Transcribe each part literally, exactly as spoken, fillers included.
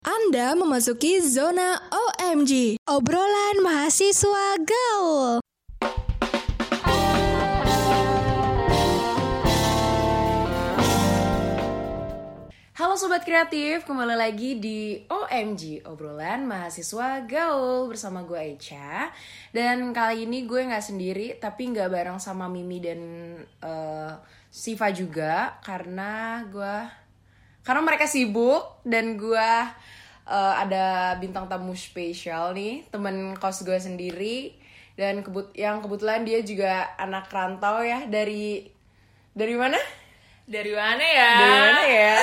Anda memasuki zona O M G, obrolan mahasiswa gaul. Halo Sobat Kreatif, kembali lagi di O M G, obrolan mahasiswa gaul bersama gue Echa. Dan kali ini gue gak sendiri, tapi gak bareng sama Mimi dan uh, Siva juga. Karena gue, karena mereka sibuk dan gue uh, ada bintang tamu spesial nih, temen kos gue sendiri. Dan kebut yang kebetulan dia juga anak rantau ya, dari, dari mana? Dari mana ya? Dari mana ya?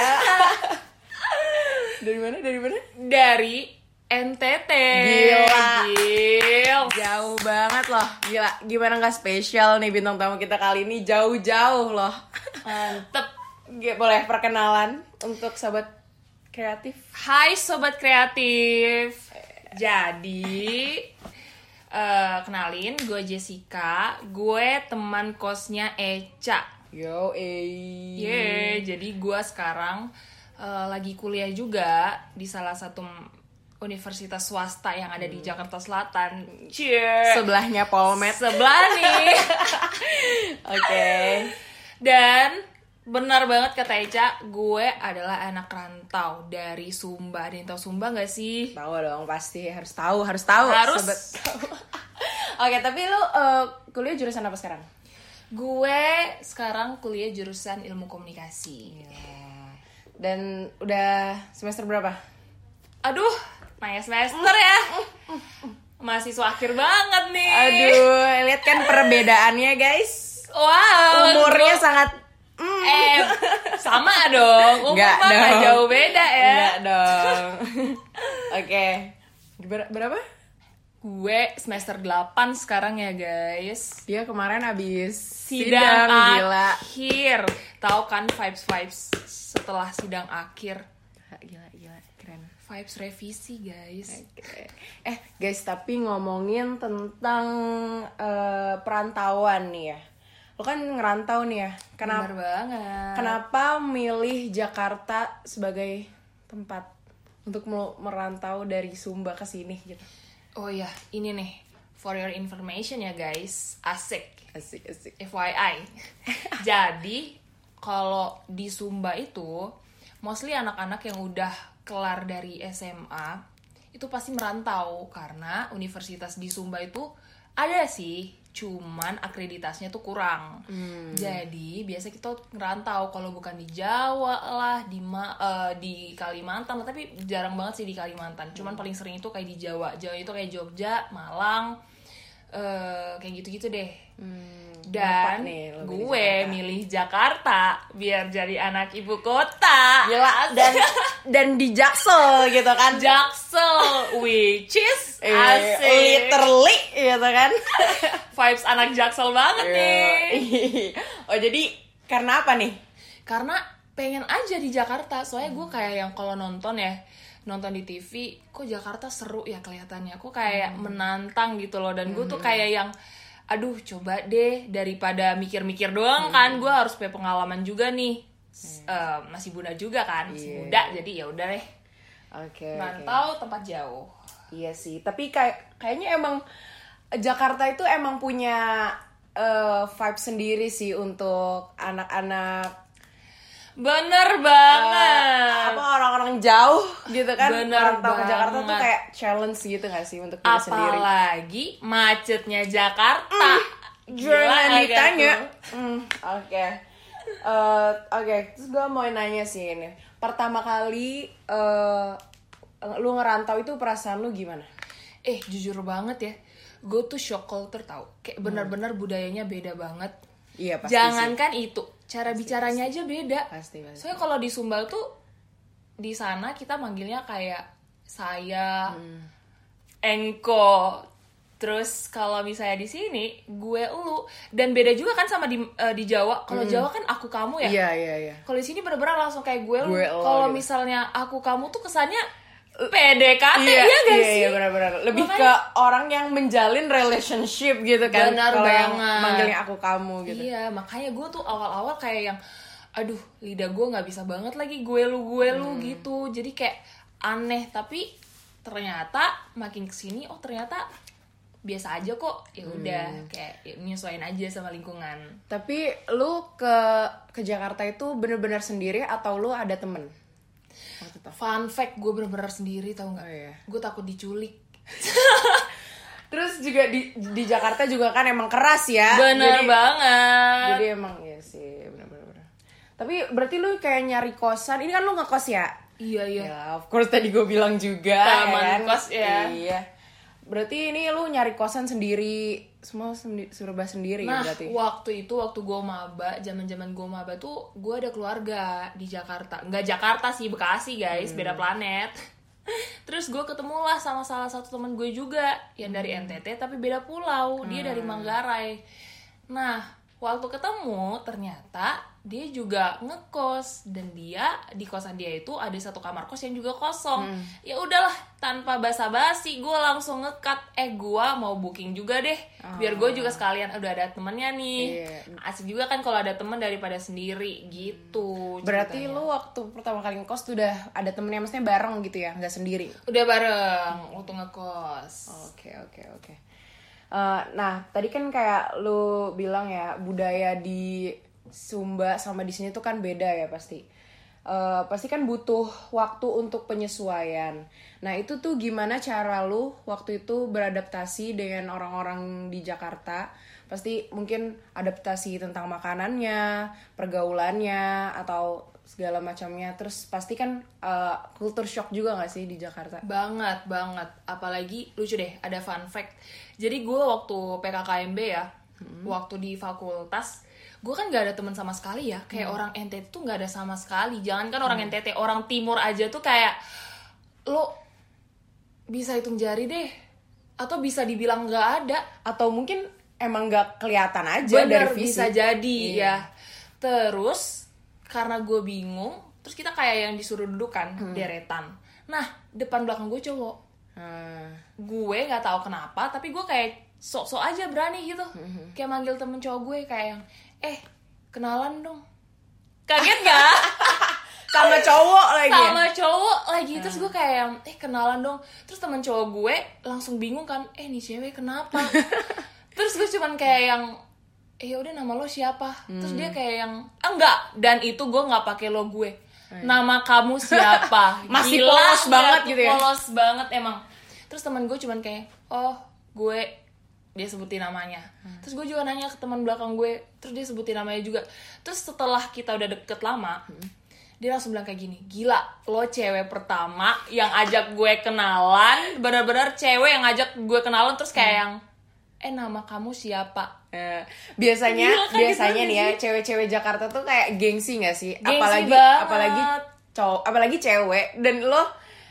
Dari mana? Dari mana? Dari N T T. Gila. Gil. Jauh banget loh. Gila, gimana gak spesial nih bintang tamu kita kali ini, jauh-jauh loh. Mantep. G- Boleh perkenalan untuk sobat kreatif? Hai Sobat Kreatif. Jadi uh, kenalin, gue Jessica. Gue teman kosnya Echa. Yo, eh. Yeay, jadi gue sekarang uh, lagi kuliah juga di salah satu universitas swasta yang ada di Jakarta Selatan. Cie. Sebelahnya Polmed. Sebelah nih. Oke. Okay. Dan benar banget kata Echa, gue adalah anak rantau dari Sumba. Ada yang tahu Sumba gak sih? Tahu dong, pasti harus tahu, harus tahu. Harus. Sobat. Oke, tapi lu uh, kuliah jurusan apa sekarang? Gue sekarang kuliah jurusan ilmu komunikasi. Ya. Dan udah semester berapa? Aduh, nanya semester ya. Mahasiswa akhir banget nih. Aduh, lihat kan perbedaannya guys. Wow. Umurnya gua... sangat mm. Eh, sama dong. Umur mah gak jauh beda ya. Enggak dong. Oke. Okay. Ber- berapa? Gue semester delapan sekarang ya guys. Dia kemarin abis sidang, sidang gila. akhir. Tahu kan vibes-vibes setelah sidang akhir. Gila, gila, keren. Vibes revisi guys. Okay. Eh guys, tapi ngomongin tentang uh, perantauan nih ya. Lo kan ngerantau nih ya. Kenapa? Bener banget. Kenapa milih Jakarta sebagai tempat untuk merantau dari Sumba ke sini gitu? Oh ya, ini nih, for your information ya guys, asik, asik, asik. F Y I. Jadi, kalau di Sumba itu, mostly anak-anak yang udah kelar dari S M A, itu pasti merantau, karena universitas di Sumba itu ada sih, cuman akreditasnya tuh kurang. Hmm. Jadi, biasa kita ngerantau, kalau bukan di Jawa lah, di Ma, uh, di Kalimantan, tapi jarang banget sih di Kalimantan. Cuman paling sering itu kayak di Jawa. Jawa itu kayak Jogja, Malang, uh, kayak gitu-gitu deh. Hmm. Dan nih, gue milih Jakarta biar jadi anak ibu kota. Gila, dan dan di Jaksel gitu kan. Jaksel, which is eh, asik. Literally gitu kan. Vibes anak Jaksel banget nih. Oh jadi karena apa nih? Karena pengen aja di Jakarta. Soalnya gue kayak yang kalau nonton ya, nonton di T V, kok Jakarta seru ya kelihatannya. Kok kayak hmm. menantang gitu loh. Dan gue tuh kayak yang, aduh coba deh, daripada mikir-mikir doang hmm. kan, gue harus punya pengalaman juga nih. hmm. uh, Masih muda juga kan, masih yeah. muda, jadi ya udah deh. Oke. Okay, Mantau okay. tempat jauh. Iya sih, tapi kayak kayaknya emang Jakarta itu emang punya uh, vibe sendiri sih untuk anak-anak. Bener banget. Uh, apa orang-orang jauh gitu kan. Bener rantau ke Jakarta tuh kayak challenge gitu gak sih untuk diri sendiri. Apalagi macetnya Jakarta. Mm, jangan ditanya. Mm, Oke. Okay. Uh, Oke, okay. Terus gue mau nanya sih ini. Pertama kali uh, lu ngerantau itu perasaan lu gimana? Eh, jujur banget ya. Gue tuh shock culture tau. Kayak benar-benar hmm. budayanya beda banget. Iya pasti. Jangankan sih. itu, cara pasti, bicaranya pasti. aja beda. Pasti, pasti. Soalnya kalau di Sumba tuh di sana kita manggilnya kayak saya, hmm. engko. Terus kalau misalnya di sini gue lu, dan beda juga kan sama di uh, di Jawa. Kalau hmm. Jawa kan aku kamu ya. Iya iya iya. Kalau di sini bener-bener langsung kayak gue lu. Gue Kalau gitu. Misalnya aku kamu tuh kesannya P D K T iya, ya gak iya, sih? Iya benar-benar. Lebih makanya, ke orang yang menjalin relationship gitu kan. Benar kalau banget. Yang manggilnya aku kamu gitu. Iya, makanya gue tuh awal-awal kayak yang aduh, lidah gue nggak bisa banget lagi gue lu gue lu hmm. gitu. Jadi kayak aneh, tapi ternyata makin kesini oh ternyata biasa aja kok. Ya udah hmm. kayak ya, nyesuaiin aja sama lingkungan. Tapi lu ke ke Jakarta itu bener-bener sendiri atau lu ada temen? Fun fact, gue bener-bener sendiri tau nggak? Oh, iya. Gue takut diculik. Terus juga di di Jakarta juga kan emang keras ya. Bener jadi, banget. Jadi emang ya sih bener-bener. Tapi berarti lu kayak nyari kosan. Ini kan lu ngekos ya? Iya iya. Ya of course tadi gue bilang juga. Taman kan? kos ya. Iya. Berarti ini lu nyari kosan sendiri, semua sendi- serba sendiri nah, ya berarti? Nah, waktu itu, waktu gue maba, zaman-zaman gue maba tuh, gue ada keluarga di Jakarta. Nggak Jakarta sih, Bekasi guys, hmm. beda planet. Terus gue ketemu lah sama salah satu teman gue juga, yang dari N T T, tapi beda pulau. Dia hmm. dari Manggarai. Nah, waktu ketemu, ternyata dia juga ngekos. Dan dia, di kosan dia itu ada satu kamar kos yang juga kosong. Hmm. Ya udahlah, tanpa basa-basi gue langsung ngekat, eh gue mau booking juga deh, biar gue juga sekalian udah ada temennya nih. Yeah. Asik juga kan kalau ada temen daripada sendiri gitu. Berarti ceritanya. Lu waktu pertama kali ngekos tuh udah ada temennya, maksudnya bareng gitu ya, nggak sendiri? Udah bareng waktu ngekos. Oke oke oke. Nah tadi kan kayak lu bilang ya, budaya di Sumba sama di sini tuh kan beda ya pasti. Uh, pasti kan butuh waktu untuk penyesuaian. Nah itu tuh gimana cara lu waktu itu beradaptasi dengan orang-orang di Jakarta? Pasti mungkin adaptasi tentang makanannya, pergaulannya, atau segala macamnya. Terus pasti kan uh, culture shock juga gak sih di Jakarta? Banget, banget. Apalagi lucu deh, ada fun fact. Jadi gue waktu P K K M B ya, hmm. waktu di fakultas, gue kan gak ada teman sama sekali ya. Kayak hmm. orang N T T tuh gak ada sama sekali. Jangan kan orang hmm. N T T, orang timur aja tuh kayak lo bisa hitung jari deh, atau bisa dibilang gak ada, atau mungkin emang gak kelihatan aja. Bener, dari fisik. Bisa jadi iya. ya. Terus karena gue bingung, terus kita kayak yang disuruh duduk kan, hmm. deretan. Nah depan belakang gue cowok. hmm. Gue gak tahu kenapa, tapi gue kayak sok-sok aja berani gitu. hmm. Kayak manggil temen cowok gue kayak yang, eh kenalan dong. Kaget gak? Sama cowok lagi. Sama cowok lagi. Terus gue kayak yang, eh kenalan dong. Terus temen cowok gue langsung bingung kan, eh nih cewek kenapa? Terus gue cuman kayak yang, eh udah nama lo siapa? Hmm. Terus dia kayak yang, ah, enggak. Dan itu gue nggak pakai lo gue. Hmm. Nama kamu siapa? Masih Gila, polos banget gitu ya. Polos banget emang. Terus temen gue cuman kayak, oh gue, dia sebutin namanya. Hmm. Terus gue juga nanya ke teman belakang gue, terus dia sebutin namanya juga. Terus setelah kita udah deket lama, hmm. dia langsung bilang kayak gini, gila lo cewek pertama yang ajak gue kenalan, benar-benar cewek yang ajak gue kenalan. Terus kayak hmm. yang, eh nama kamu siapa? Eh, biasanya gila, kan biasanya gitu nih ya cewek-cewek Jakarta tuh kayak gengsi nggak sih? Gengsi apalagi banget. apalagi cowok, apalagi cewek. Dan lo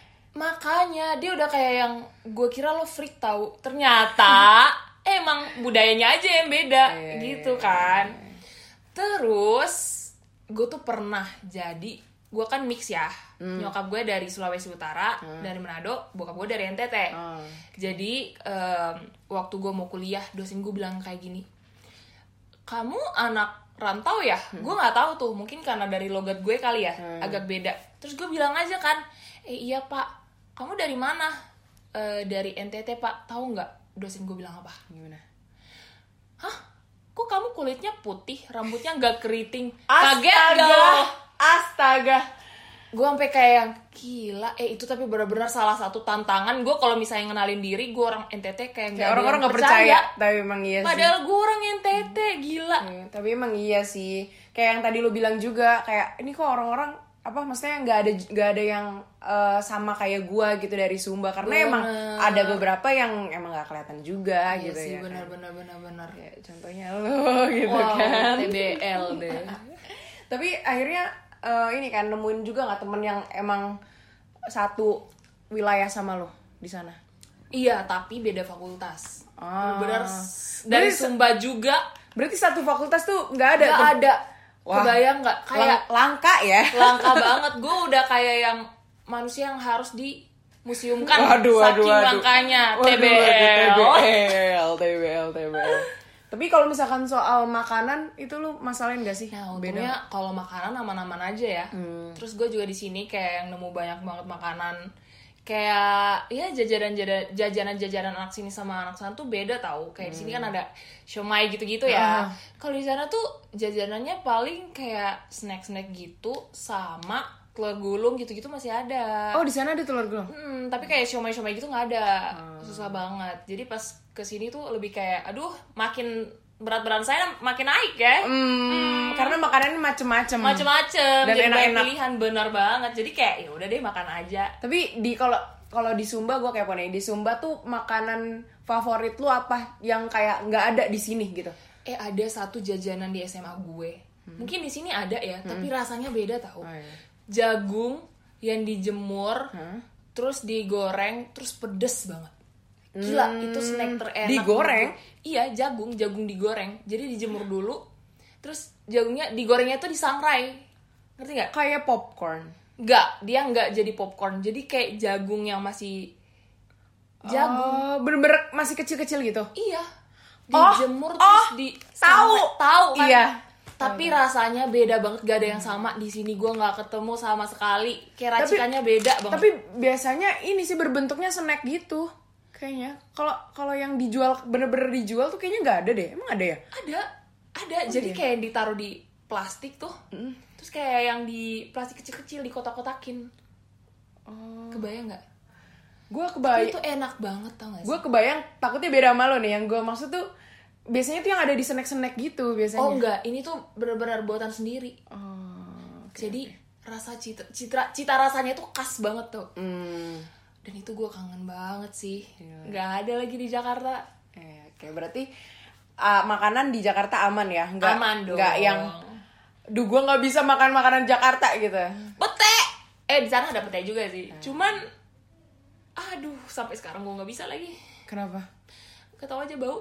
makanya dia udah kayak yang, gue kira lo freak tahu, ternyata emang budayanya aja yang beda e, gitu kan. Terus gue tuh pernah jadi, gue kan mix ya, hmm. nyokap gue dari Sulawesi Utara, hmm. dari Manado, bokap gue dari N T T. hmm. Jadi um, waktu gue mau kuliah, dosen gue bilang kayak gini, kamu anak rantau ya? hmm. Gue nggak tahu tuh, mungkin karena dari logat gue kali ya, hmm. agak beda. Terus gue bilang aja kan, eh iya pak, kamu dari mana? E, dari N T T pak, tahu nggak? Dosen gue bilang apa? Gimana? Hah? Kok kamu kulitnya putih, rambutnya nggak keriting? Astaga, kaget gak? Astaga. Gue sampai kayak yang gila. Eh itu tapi benar-benar salah satu tantangan gue kalau misalnya ngenalin diri gue orang N T T kayak nggak orang-orang nggak percaya. Tapi emang iya sih. Padahal gue orang N T T, gila. Hmm, tapi emang iya sih. Kayak yang tadi lu bilang juga, kayak ini kok orang-orang apa maksudnya nggak ada nggak ada yang uh, sama kayak gue gitu dari Sumba, karena bener. Emang ada beberapa yang emang nggak kelihatan juga iya gitu sih, ya benar kan? benar benar benar ya, contohnya lo gitu wow, kan T B L deh. Tapi akhirnya uh, ini kan nemuin juga nggak temen yang emang satu wilayah sama lo di sana? Iya, tapi beda fakultas. ah. Benar dari Sumba juga. Berarti satu fakultas tuh nggak ada nggak tuh? ada. Wah, kebayang nggak? Kayak langka ya? Langka banget. Gue udah kayak yang manusia yang harus dimuseumkan. Waduh, saking waduh, waduh. langkanya. Waduh, T B L. T B L, T B L, T B L. Tapi kalau misalkan soal makanan itu lu masalahin gak sih? Nah untungnya kalau makanan aman-aman aja ya. Hmm. Terus gue juga di sini kayak yang nemu banyak banget makanan kayak ya jajanan jajanan jajanan anak sini sama anak sana tuh beda tau. Kayak hmm. di sini kan ada siomay gitu-gitu ya. Uh. Kalau di sana tuh jajanannya paling kayak snack-snack gitu sama telur gulung gitu-gitu masih ada. Oh di sana ada telur gulung? Hmm, tapi kayak siomay-siomay gitu nggak ada. Hmm. Susah banget. Jadi pas kesini tuh lebih kayak aduh makin berat badan saya makin naik ya. Hmm, hmm. Karena makanannya macem-macem. Macem-macem. Dan jadi enak-enak. Pilihan benar banget. Jadi kayak ya udah deh makan aja. Tapi di kalau kalau di Sumba gue kayak nih di Sumba tuh makanan favorit lu apa yang kayak nggak ada di sini gitu? Eh ada satu jajanan di S M A gue. Hmm. Mungkin di sini ada ya, hmm. tapi rasanya beda tau. Oh, iya. Jagung yang dijemur, hmm. terus digoreng, terus pedes banget. Gila, hmm, itu snack terenak. Digoreng? Gitu. Iya, jagung, jagung digoreng. Jadi dijemur dulu, terus jagungnya digorengnya tuh disangrai. Ngerti nggak? Kayak popcorn. Nggak, dia nggak jadi popcorn. Jadi kayak jagung yang masih jagung. Oh, bener-bener masih kecil-kecil gitu? Iya. Dijemur oh, terus oh, di tahu, tahu kan? Iya. Tapi oh, rasanya beda banget, gak ada yang sama di sini. Gue nggak ketemu sama sekali. Kayak racikannya tapi, beda banget. Tapi biasanya ini sih berbentuknya snack gitu. Kayaknya kalau kalau yang dijual bener-bener dijual tuh kayaknya nggak ada deh. Emang ada ya? Ada, ada. Oh, jadi iya? Kayak ditaruh di plastik tuh, mm. terus kayak yang di plastik kecil-kecil di kotak-kotakin. Oh. Kebayang nggak? Gue kebayang. Itu enak banget tau gak sih? Gue kebayang. Takutnya beda sama lo nih. Yang gue maksud tuh biasanya tuh yang ada di snack-snack gitu biasanya. Oh enggak, ini tuh benar-benar buatan sendiri. Oh. Okay, jadi okay. rasa cita, cita cita rasanya tuh khas banget tuh. Hmm. Dan itu gue kangen banget sih. Yeah. Nggak ada lagi di Jakarta. Eh, Oke, okay. Berarti uh, makanan di Jakarta aman ya? Nggak, aman dong. Nggak yang, duh gue nggak bisa makan makanan Jakarta gitu. Pete! Eh di sana ada pete juga sih. Hmm. Cuman, aduh sampai sekarang gue nggak bisa lagi. Kenapa? Ketawa aja bau.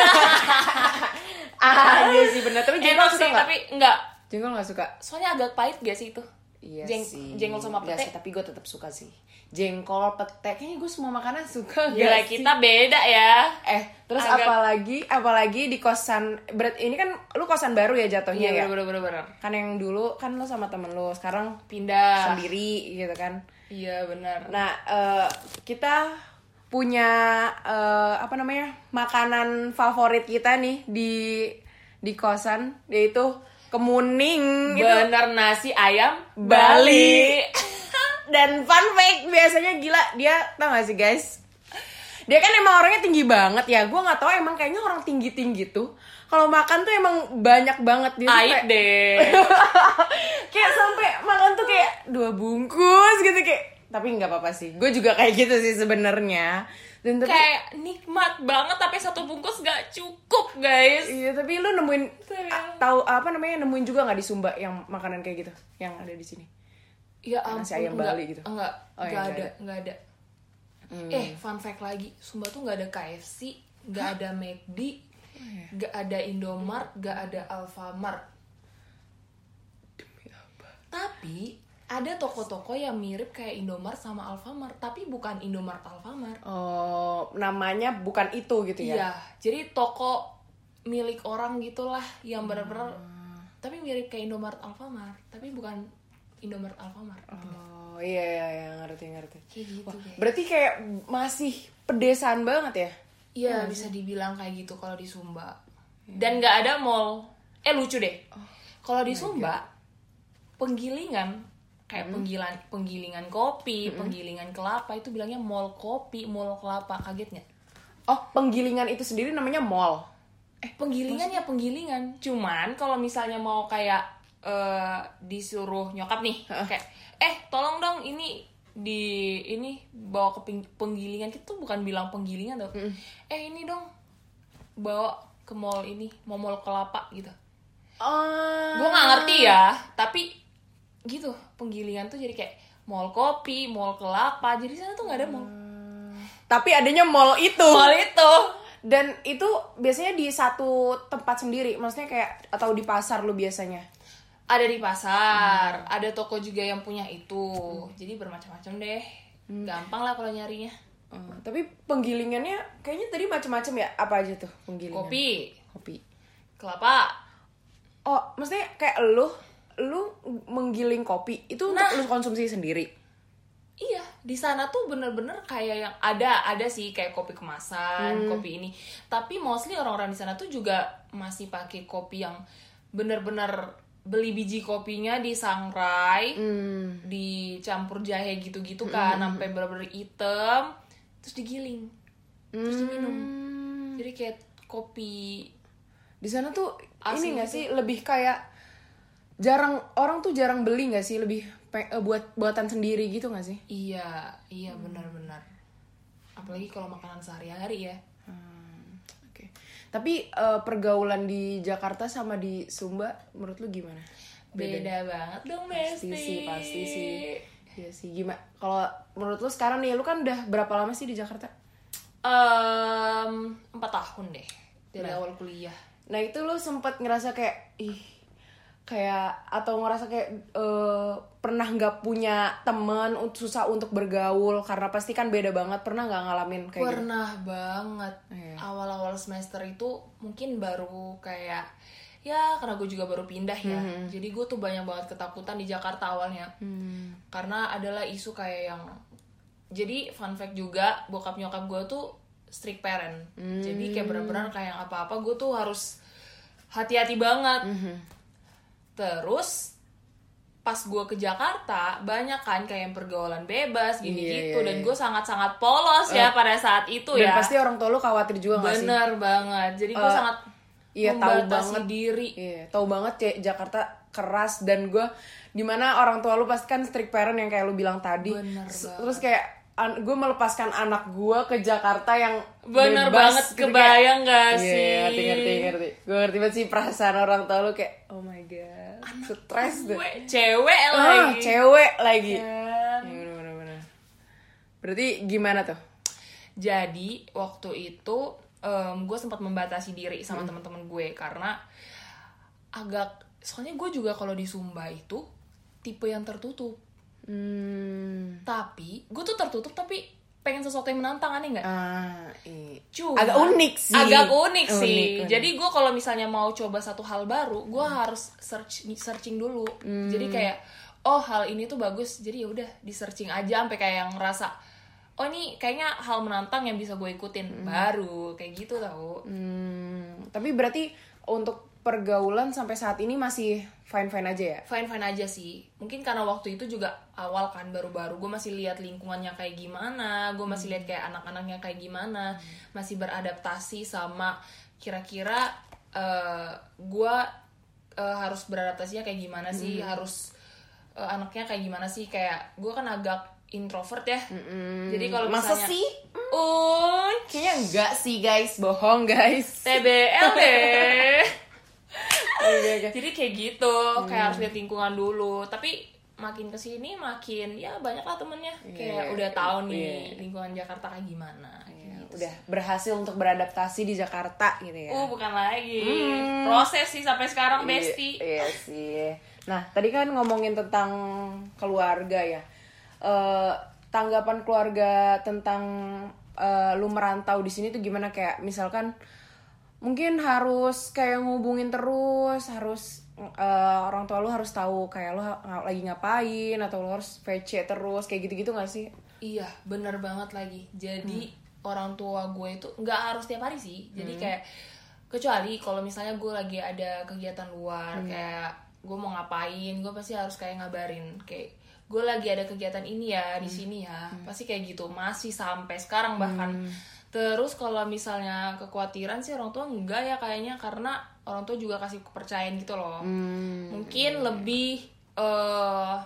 Ah iya sih benar. Tapi jengkol suka nggak? Tapi nggak. Jengkol nggak suka. Soalnya agak pahit gak sih itu? Iya Jeng- sih. Jengkol sama pete. Sih, tapi gue tetap suka sih. Jengkol, pete, kayaknya gue semua makanan suka. Gila kita beda ya. Eh terus agak... apalagi apalagi di kosan. Berat ini kan lu kosan baru ya jatuhnya iya, ya. Iya bener-bener. Kan yang dulu kan lu sama temen lu, sekarang pindah sendiri gitu kan. Iya benar. Nah uh, kita punya uh, apa namanya makanan favorit kita nih di di kosan, yaitu kemuning. Bener itu. Nasi ayam Bali. Dan fun fact biasanya gila dia tau gak sih guys, dia kan emang orangnya tinggi banget ya. Gue nggak tahu emang kayaknya orang tinggi tinggi tuh kalau makan tuh emang banyak banget dia. Aib deh. Kayak sampai makan tuh kayak dua bungkus gitu kayak. Tapi nggak apa-apa sih, gue juga kayak gitu sih sebenarnya. Dan tapi, kayak nikmat banget tapi satu bungkus gak cukup guys. Iya tapi lu nemuin a- tahu apa namanya nemuin juga nggak di Sumba yang makanan kayak gitu yang ada di sini? Ya ampun, nasi ayam enggak, Bali gitu. Enggak, oh, enggak ya, ada, enggak ada. Hmm. Eh, fun fact lagi, Sumba tuh enggak ada K F C, enggak ada McD, enggak oh, ya. ada Indomart, enggak ada Alfamart. Demi apa? Tapi ada toko-toko yang mirip kayak Indomart sama Alfamart, tapi bukan Indomart Alfamart. Oh, namanya bukan itu gitu ya? Iya, jadi toko milik orang gitulah yang benar-benar hmm. tapi mirip kayak Indomart Alfamart, tapi bukan Indomart Alfamart. Oh iya iya iya ngerti ngerti. Kayak gitu. Wah, kayak. berarti kayak masih pedesaan banget ya? Iya ya, bisa dibilang kayak gitu kalau di Sumba. Ya. Dan nggak ada mall. Eh lucu deh. Oh, kalau di Sumba God. Penggilingan kayak hmm. penggilingan penggilingan kopi, hmm. penggilingan kelapa itu bilangnya mall kopi, mall kelapa. Kaget nggak? Oh penggilingan itu sendiri namanya mall. Eh penggilingan maksud... ya penggilingan. Cuman kalau misalnya mau kayak Uh, disuruh nyokap nih huh? kayak eh tolong dong ini di ini bawa ke penggilingan, kita tuh bukan bilang penggilingan tuh mm. eh ini dong bawa ke mall ini, mau mall kelapa gitu. Uh... Gue nggak ngerti ya, tapi gitu penggilingan tuh jadi kayak mall kopi, mall kelapa, jadi sana tuh nggak ada mall. Hmm. Tapi adanya mall itu. Mall itu. Dan itu biasanya di satu tempat sendiri, maksudnya kayak atau di pasar lu biasanya? Ada di pasar, hmm. ada toko juga yang punya itu, hmm. jadi bermacam-macam deh, hmm. gampang lah kalau nyarinya. Hmm. Tapi penggilingannya kayaknya tadi macam-macam ya, apa aja tuh penggilingan? Kopi, kopi? Kelapa. Oh, maksudnya kayak lu lu menggiling kopi itu Nah. untuk lu konsumsi sendiri? Iya, di sana tuh bener-bener kayak yang ada ada sih kayak kopi kemasan, Hmm. kopi ini. Tapi mostly orang-orang di sana tuh juga masih pakai kopi yang bener-bener beli biji kopinya disangrai, Hmm. dicampur jahe gitu-gitu kan, sampai bener-bener hitam, terus digiling, terus diminum. Hmm. Jadi kayak kopi. Di sana tuh Asli ini nggak gitu. sih lebih kayak jarang orang tuh jarang beli nggak sih, lebih pe- eh, buat buatan sendiri gitu nggak sih? Iya, iya benar-benar. Apalagi kalau makanan sehari-hari ya. Hmm, Oke. Tapi eh, pergaulan di Jakarta sama di Sumba menurut lu gimana? Beda banget dong, Pasti Besti. sih, pasti sih. Iya sih. Gimana? Kalau menurut lu sekarang nih, lu kan udah berapa lama sih di Jakarta? Em, empat tahun deh dari Nah. awal kuliah. Nah itu lu sempet ngerasa kayak ih kayak atau ngerasa kayak eh, pernah nggak punya teman un- susah untuk bergaul karena pasti kan beda banget, pernah nggak ngalamin kayak gitu? Pernah banget. Iya. Awal-awal semester itu mungkin baru kayak ya karena gue juga baru pindah ya. Mm-hmm. Jadi gue tuh banyak banget ketakutan di Jakarta awalnya. Hmm. Karena adalah isu kayak yang jadi fun fact juga bokap nyokap gue tuh strict parent. Jadi kayak benar-benar kayak apa-apa gue tuh harus hati-hati banget. Mhm. Terus pas gue ke Jakarta banyak kan kayak yang pergaulan bebas gini Iya, gitu iya, dan iya. gue sangat-sangat polos ya pada saat itu Dan ya. pasti orang tua lu khawatir juga nggak sih? Bener banget. Jadi gue Eh, sangat iya, tahu membatasi banget. diri. Iya, tahu banget kayak Jakarta keras dan gue dimana orang tua lu pasti kan strict parent yang kayak lu bilang tadi. Bener S- banget. Terus kayak an- gue melepaskan anak gue ke Jakarta yang Bener bebas banget, gitu, kebayang kayak- gak Iya, sih? ngerti ngerti ngerti. Gue ngerti banget sih perasaan orang tua lu kayak oh my god, stres deh. Gue cewek Ah, lagi. cewek lagi. Kan. Iya, bener bener bener. Berarti gimana tuh? Jadi waktu itu gue sempat membatasi diri sama Hmm. teman-teman gue karena agak soalnya gue juga kalau di Sumba itu tipe yang tertutup. Hmm. Tapi gue tuh tertutup tapi pengen sesuatu yang menantang, aneh nggak? Ah, iya. Cuma Agak unik sih. Agak unik sih. Unik, unik. Jadi gue kalau misalnya mau coba satu hal baru, gue harus search searching dulu. Hmm. Jadi kayak oh hal ini tuh bagus. Jadi ya udah di searching aja sampai kayak yang ngerasa oh ini kayaknya hal menantang yang bisa gue ikutin. Baru kayak gitu tau. Hmm, tapi berarti untuk pergaulan sampai saat ini masih fine-fine aja ya? Fine-fine aja sih. Mungkin karena waktu itu juga awal kan baru-baru gue masih lihat lingkungannya kayak gimana, gue masih lihat kayak anak-anaknya kayak gimana, masih beradaptasi sama kira-kira uh, gue uh, harus beradaptasinya kayak gimana sih, harus uh, anaknya kayak gimana sih, kayak gue kan agak introvert ya. Jadi kalau Masa misalnya sih? oh Kayaknya enggak sih guys, bohong guys. T B L deh. Oke, oke. Jadi kayak gitu, kayak harus lihat lingkungan dulu. Tapi makin kesini makin ya banyak lah temennya. Kayak Iya, udah tahu nih iya. lingkungan Jakarta kayak gimana. Ya, Gitu. udah berhasil untuk beradaptasi di Jakarta gitu ya. Uh bukan lagi Hmm. proses sih sampai sekarang, Iya, Besti. Iya sih. Nah, tadi kan ngomongin tentang keluarga ya. Eh, tanggapan keluarga tentang eh, lu merantau di sini tuh gimana, kayak misalkan mungkin harus kayak ngubungin terus, harus eh, orang tua lu harus tahu kayak lu ha- lagi ngapain atau lu harus V C terus kayak gitu-gitu nggak sih? Iya, bener banget lagi. Jadi orang tua gue itu nggak harus tiap hari sih. Jadi kayak kecuali kalau misalnya gue lagi ada kegiatan luar, kayak gue mau ngapain, gue pasti harus kayak ngabarin kayak gue lagi ada kegiatan ini ya di sini ya. Pasti kayak gitu. Masih sampai sekarang bahkan. Terus kalau misalnya kekhawatiran sih orang tua enggak ya kayaknya, karena orang tua juga kasih kepercayaan gitu loh. Hmm. Mungkin lebih eh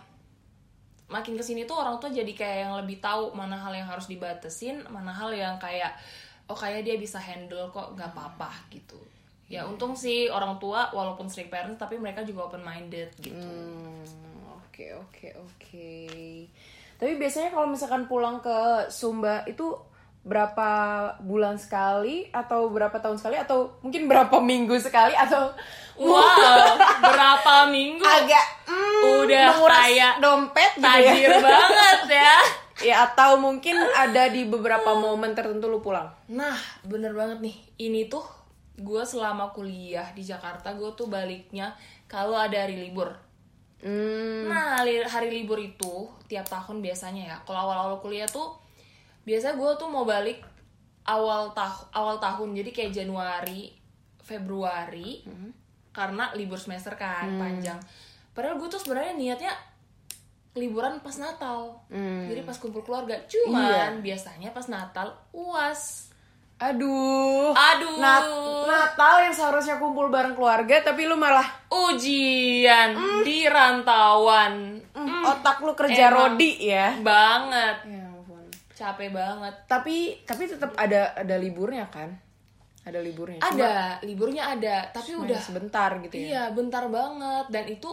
makin kesini tuh orang tua jadi kayak yang lebih tahu mana hal yang harus dibatasin, mana hal yang kayak oh kayak dia bisa handle kok, nggak apa-apa gitu. Ya untung sih orang tua walaupun strict parents tapi mereka juga open minded gitu. Hmm, Oke oke oke. Tapi biasanya kalau misalkan pulang ke Sumba itu berapa bulan sekali atau berapa tahun sekali atau mungkin berapa minggu sekali atau Wow, berapa minggu agak mm, udah menguras kayak dompet gitu tajir ya? banget ya. Ya atau mungkin ada di beberapa momen tertentu lu pulang. Nah, bener banget nih. Ini tuh gue selama kuliah di Jakarta gue tuh baliknya kalau ada hari libur. Hmm. Nah hari, hari libur itu tiap tahun biasanya ya. Kalau awal-awal kuliah tuh biasa gue tuh mau balik awal tahun awal tahun jadi kayak Januari, Februari, hmm. karena libur semester kan hmm. panjang. Padahal gue tuh sebenarnya niatnya liburan pas Natal, hmm. jadi pas kumpul keluarga. Cuman iya. biasanya pas Natal U A S. Aduh, aduh, Nat- Natal yang seharusnya kumpul bareng keluarga, tapi lu malah ujian mm. di rantauan. Mm. Mm. Otak lu kerja Emang rodi ya. Banget. Ya ampun. Capek banget. Tapi tapi tetap ada ada liburnya kan? Ada liburnya. Ada, Cuma, liburnya ada, tapi udah sebentar gitu ya. Iya, bentar banget dan itu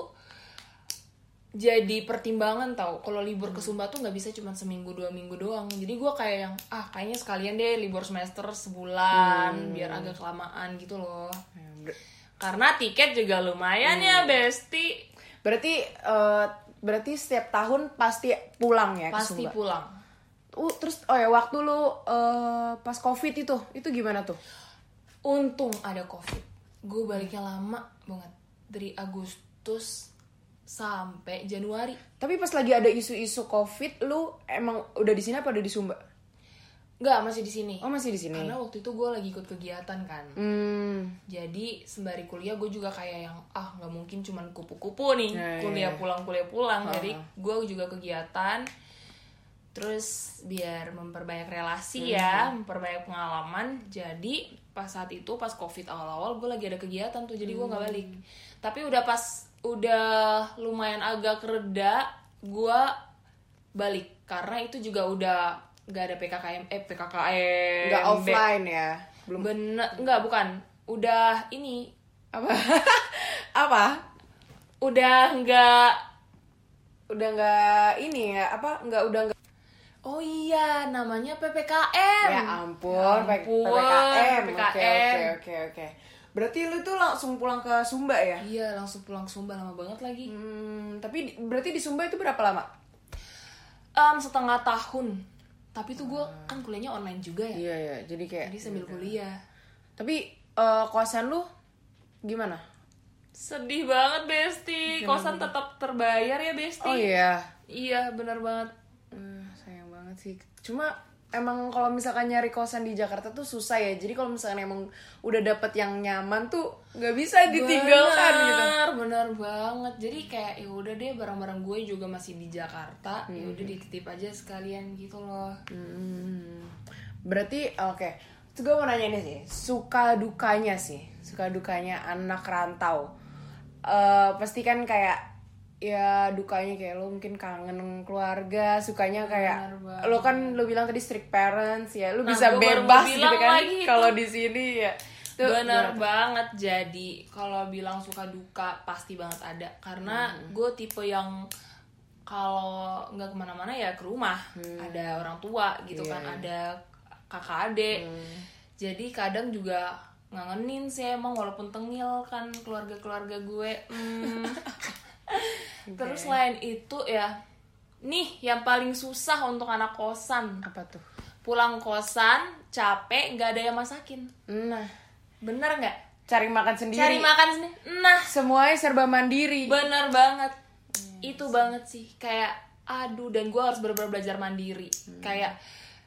jadi pertimbangan tau. Kalau libur hmm. ke Sumba tuh nggak bisa cuma seminggu dua minggu doang. Jadi gue kayak yang ah kayaknya sekalian deh libur semester sebulan hmm. biar agak kelamaan gitu loh. Hmm. Karena tiket juga lumayan hmm. ya Besti. Berarti uh, berarti setiap tahun pasti pulang ya pasti ke Sumba. pulang. Uh terus oh ya waktu lu uh, pas Covid itu itu gimana tuh? Untung ada Covid. Gue baliknya lama banget dari Agustus sampai Januari. Tapi pas lagi ada isu-isu Covid, lu emang udah di sini apa udah di Sumba? Enggak, masih di sini. Oh, masih di sini. Karena waktu itu gue lagi ikut kegiatan kan. Hmm. Jadi sembari kuliah gue juga kayak yang ah nggak mungkin cuman kupu-kupu nih ya, kuliah ya. pulang kuliah pulang. Uh-huh. Jadi gue juga kegiatan. Terus biar memperbanyak relasi hmm. ya, memperbanyak pengalaman. Jadi pas saat itu pas Covid awal-awal gue lagi ada kegiatan tuh, jadi gue nggak hmm. balik. Tapi udah pas udah lumayan agak reda gue balik karena itu juga udah nggak ada P K K M eh P K K M nggak offline ya belum bener nggak bukan udah ini apa apa udah nggak udah nggak ini ya apa nggak udah nggak oh iya namanya P P K M ya ampun, ya ampun P P K M P P K M oke oke oke berarti lu tuh langsung pulang ke Sumba ya? Iya, langsung pulang ke Sumba, lama banget lagi. Hmm, tapi berarti di Sumba itu berapa lama? Um, setengah tahun. Tapi tuh gue hmm. kan kuliahnya online juga ya. Iya, iya. Jadi kayak Jadi sambil gitu. kuliah. Tapi uh, kosan lu gimana? Sedih banget, Besti. Gimana? Kosan tetap terbayar ya, Besti. Oh iya. Iya, benar banget. Uh, sayang banget sih. Cuma emang kalau misalkan nyari kosan di Jakarta tuh susah ya. Jadi kalau misalkan emang udah dapet yang nyaman tuh nggak bisa ditinggalkan bener, gitu. Bener, bener banget. Jadi kayak ya udah deh barang-barang gue juga masih di Jakarta. Hmm. Ya udah dititip aja sekalian gitu loh. Hmm. Berarti oke. Okay. Terus gue mau nanya ini sih, suka dukanya sih, suka dukanya anak rantau. Uh, pasti kan kayak ya dukanya kayak lo mungkin kangen keluarga, sukanya kayak lo kan lo bilang tadi strict parents ya, lo nah, bisa bebas gitu kan kalau di sini ya. Tuh, bener gimana? Banget. Jadi kalau bilang suka duka pasti banget ada karena hmm. gue tipe yang kalau nggak kemana-mana ya ke rumah hmm. ada orang tua gitu yeah, kan yeah. ada kakak adik hmm. jadi kadang juga ngangenin sih emang walaupun tengil kan keluarga-keluarga gue hmm. Okay. Terus selain itu ya, nih yang paling susah untuk anak kosan. Apa tuh? Pulang kosan, capek, nggak ada yang masakin. Nah, bener nggak? Cari makan sendiri. Cari makan sendiri. Nah, semuanya serba mandiri. Bener banget. Hmm. Itu banget sih. Kayak, aduh, dan gue harus bener-bener belajar mandiri. Hmm. Kayak,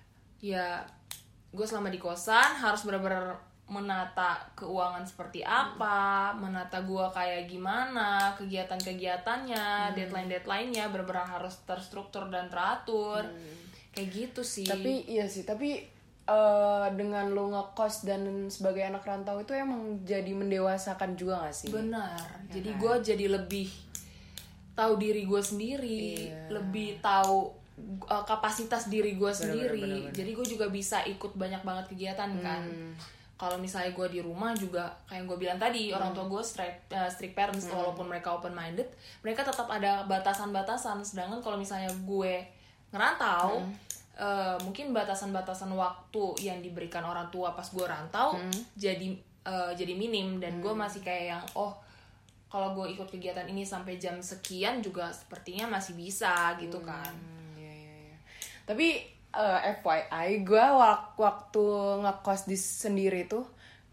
ya, gue selama di kosan harus bener-bener menata keuangan seperti apa, hmm. menata gue kayak gimana, kegiatan-kegiatannya, hmm. deadline-deadline-nya benar-benar harus terstruktur dan teratur, hmm. kayak gitu sih. Tapi iya sih, tapi uh, dengan lo ngekos dan sebagai anak rantau itu emang jadi mendewasakan juga gak sih? Benar, ya jadi kan? Gue jadi lebih tahu diri gue sendiri, iya. lebih tahu uh, kapasitas diri gue sendiri, bener, bener, bener. Jadi gue juga bisa ikut banyak banget kegiatan hmm. kan. Kalau misalnya gue di rumah juga kayak gue bilang tadi hmm. orang tua gue strict, uh, strict parents hmm. walaupun mereka open minded mereka tetap ada batasan-batasan. Sedangkan kalau misalnya gue ngerantau hmm. uh, mungkin batasan-batasan waktu yang diberikan orang tua pas gue rantau hmm. jadi uh, jadi minim dan hmm. gue masih kayak yang oh kalau gue ikut kegiatan ini sampai jam sekian juga sepertinya masih bisa gitu kan. Hmm, ya, ya, ya. Tapi Uh, F Y I, gue wak- waktu ngekos di sendiri tuh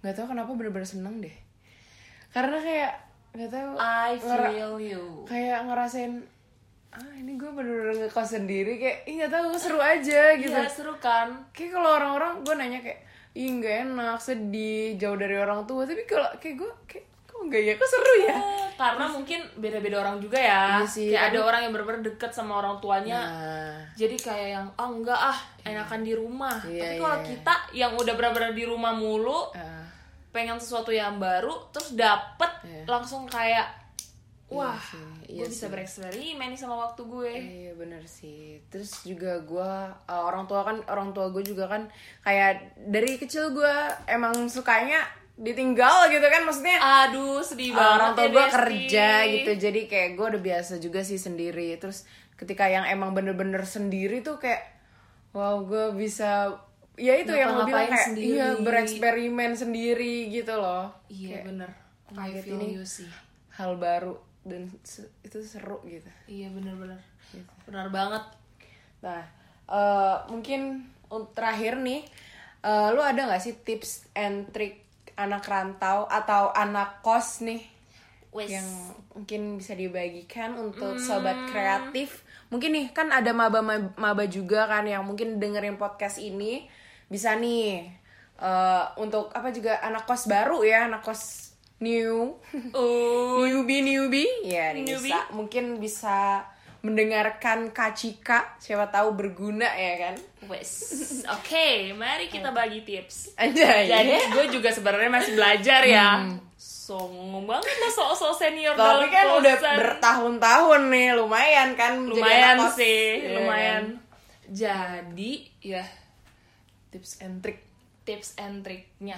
nggak tahu kenapa bener-bener seneng deh. Karena kayak nggak tahu. I ngera- feel you. Kayak ngerasain ah ini gue bener-bener ngekos sendiri kayak ih nggak tahu seru aja gitu. Iya seru kan. Kayak kalau orang-orang gue nanya kayak ih nggak enak sedih jauh dari orang tua, tapi kalau kayak gue kayak kok nggak ya kok seru ya. Karena mungkin beda-beda orang juga ya. Iya sih, kayak ada aduh. orang yang bener-bener deket sama orang tuanya. Nah, Jadi kayak yang ah oh, enggak ah enakan di rumah. Iya, Tapi kalau iya. kita yang udah bener-bener di rumah mulu, uh, pengen sesuatu yang baru, terus dapet Iya. langsung kayak wah, sih, gue iya bisa sih. bereksperimen nih sama waktu gue. iya bener sih. Terus juga gue uh, orang tua kan orang tua gue juga kan kayak dari kecil gue emang sukanya ditinggal gitu kan, maksudnya Aduh, sedih uh, banget orang tua ya, gue Desti. kerja gitu, jadi kayak gue udah biasa juga sih sendiri. Terus ketika yang emang bener-bener sendiri tuh kayak wow gue bisa ya itu yang lo bilang Ngapa-ngapain kayak sendiri. iya bereksperimen sendiri gitu loh. Iya Kayak bener. I kaget feel ini. you sih. hal baru dan se- itu seru gitu. Iya bener-bener. Gitu. Benar banget. Nah, eh, mungkin un- terakhir nih, eh, lu ada nggak sih tips and trick anak rantau atau anak kos nih Wes. yang mungkin bisa dibagikan untuk Hmm. sobat kreatif? Mungkin nih kan ada maba-maba juga kan yang mungkin dengerin podcast ini, bisa nih eh, untuk apa juga anak kos baru ya, anak kos new. Oh, newbie newbie ya nih Newbie. bisa mungkin bisa mendengarkan Kak Cika, siapa tahu berguna ya kan. wes. Oke, mari kita bagi tips. Anjay. Jadi gue juga sebenarnya masih belajar ya. Songong banget lo sok-sok senior dalam tapi kan udah kosan. bertahun-tahun nih, lumayan kan menjadi Lumayan anak kos. sih, Iya lumayan. kan? Jadi ya Tips and trick. tips and triknya.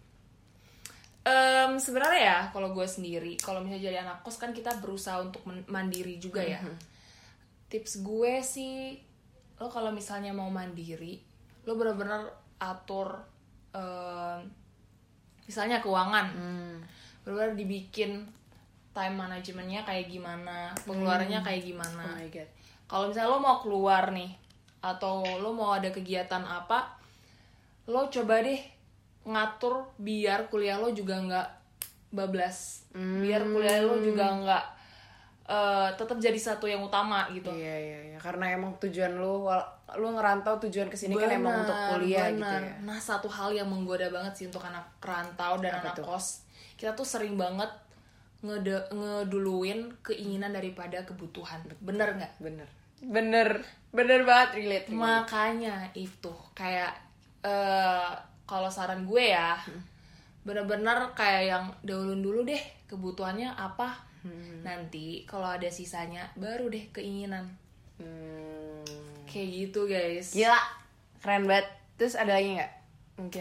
Em, sebenarnya ya kalau gue sendiri, kalau misalnya jadi anak kos kan kita berusaha untuk men- mandiri juga ya. Tips gue sih, lo kalau misalnya mau mandiri, lo bener-bener atur em, misalnya keuangan, bener-bener dibikin time manajemennya kayak gimana, pengeluarannya kayak Oh gimana. my god. Kalau misalnya lo mau keluar nih, atau lo mau ada kegiatan apa, lo coba deh ngatur biar kuliah lo juga nggak bablas, biar kuliah lo juga nggak eh, tetap jadi satu yang utama gitu. Iya iya iya, karena emang tujuan lu wal- lu ngerantau tujuan kesini kan emang untuk kuliah gitu bener. ya. Nah, satu hal yang menggoda banget sih untuk anak rantau dan Apa anak tuh? kos, kita tuh sering banget ngede- ngeduluin keinginan daripada kebutuhan. Bener nggak? Bener. Bener. Bener banget relate. relate. Makanya itu kayak eh kalau saran gue ya, bener-bener kayak yang dahulun dulu deh kebutuhannya apa. Nanti kalau ada sisanya baru deh keinginan. Hmm. Kayak gitu guys. Gila, keren banget. Terus ada lagi nggak? Mungkin.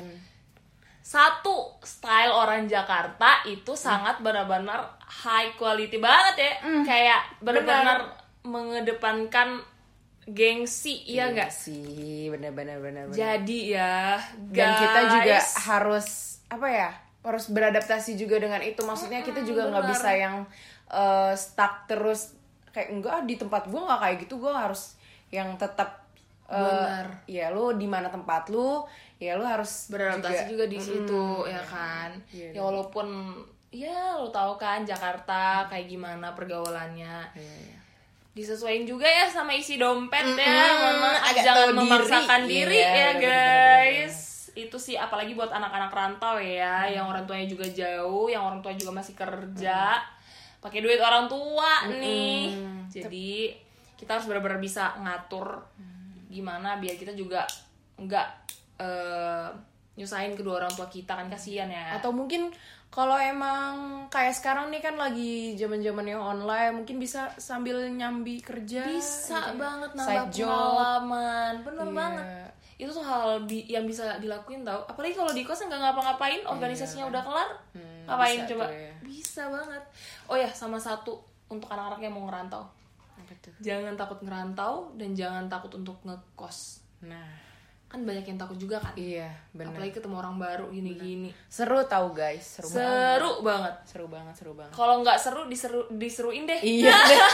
Satu, style orang Jakarta itu sangat benar-benar high quality banget ya. Kayak benar-benar mengedepankan gengsi, iya nggak? sih, bener-bener bener. Jadi ya, Dan kita juga guys. harus apa ya? Harus beradaptasi juga dengan itu. Maksudnya kita juga nggak bener. bisa yang uh, stuck terus kayak enggak di tempat gua nggak kayak gitu. Gua harus yang tetap uh, Bener. ya lu di mana tempat lu, ya lu harus beradaptasi juga, di situ Mm, ya kan. Iya, Ya walaupun ya lo tahu kan Jakarta kayak gimana pergaulannya. Iya, iya. Disesuaiin juga ya sama isi dompet ya. Mm-mm, Mohon maaf, agak jangan tahu diri. memaksakan diri, Iya, ya bener-bener. guys. Itu sih apalagi buat anak-anak rantau ya, yang orang tuanya juga jauh, yang orang tua juga masih kerja, pakai duit orang tua nih. Jadi kita harus benar-benar bisa ngatur gimana biar kita juga nggak eh, nyusahin kedua orang tua kita, kan kasihan ya. Atau mungkin kalau emang kayak sekarang nih kan lagi zaman-zaman yang online, mungkin bisa sambil nyambi kerja. Bisa gitu. banget nambah Side job. pengalaman, bener Iya. banget. Itu tuh hal bi- yang bisa dilakuin tau. Apalagi kalau di kos nggak ngapa-ngapain, organisasinya udah kelar, Hmm, ngapain bisa coba? tuh ya. Bisa banget. Oh ya, sama satu untuk anak-anak yang mau ngerantau, Apa tuh? jangan takut ngerantau dan jangan takut untuk ngekos. Nah, Kan banyak yang takut juga kan. iya benar. Apalagi ketemu orang baru gini-gini. Seru tau guys, seru, banget. Seru banget. Seru banget, seru banget. Kalau nggak seru diseru diseruin deh. Iya deh.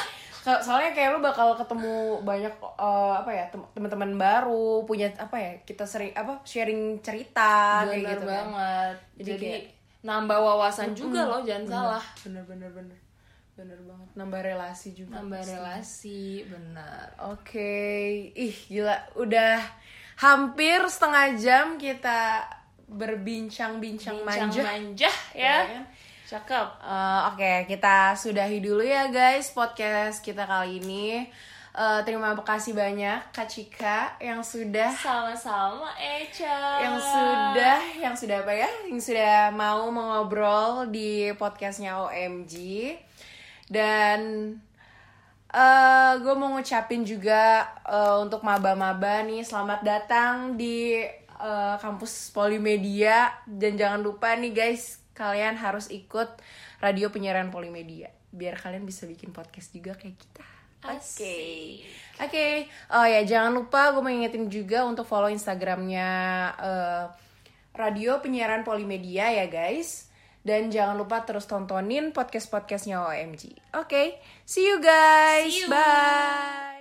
Soalnya kayak lu bakal ketemu banyak uh, apa ya tem- teman-teman baru, punya apa ya kita sering apa sharing cerita bener kayak gitu banget. Kan. Jadi, Jadi kayak, nambah wawasan mm-mm. juga loh, jangan bener, salah. Bener bener bener bener banget. Nambah relasi juga. Nambah pasti. relasi, benar. Oke, okay. Ih gila, udah hampir setengah jam kita berbincang-bincang manja. manja ya. ya. Cakep. Uh, Oke, okay, kita sudahi dulu ya guys podcast kita kali ini. Uh, terima kasih banyak Kak Cika yang sudah sama-sama Echa. Yang sudah, yang sudah apa ya? Yang sudah mau mengobrol di podcastnya O M G. Dan uh, gue mau ngucapin juga uh, untuk maba-maba nih, selamat datang di uh, kampus Polimedia. Dan jangan lupa nih guys, kalian harus ikut radio penyiaran Polimedia biar kalian bisa bikin podcast juga kayak kita. Oke, okay. oke. Okay. Oh ya, jangan lupa gue mau ingetin juga untuk follow Instagramnya uh, radio penyiaran Polimedia ya guys. Dan jangan lupa terus tontonin podcast-podcastnya O M G. Oke, okay. See you guys. See you. Bye.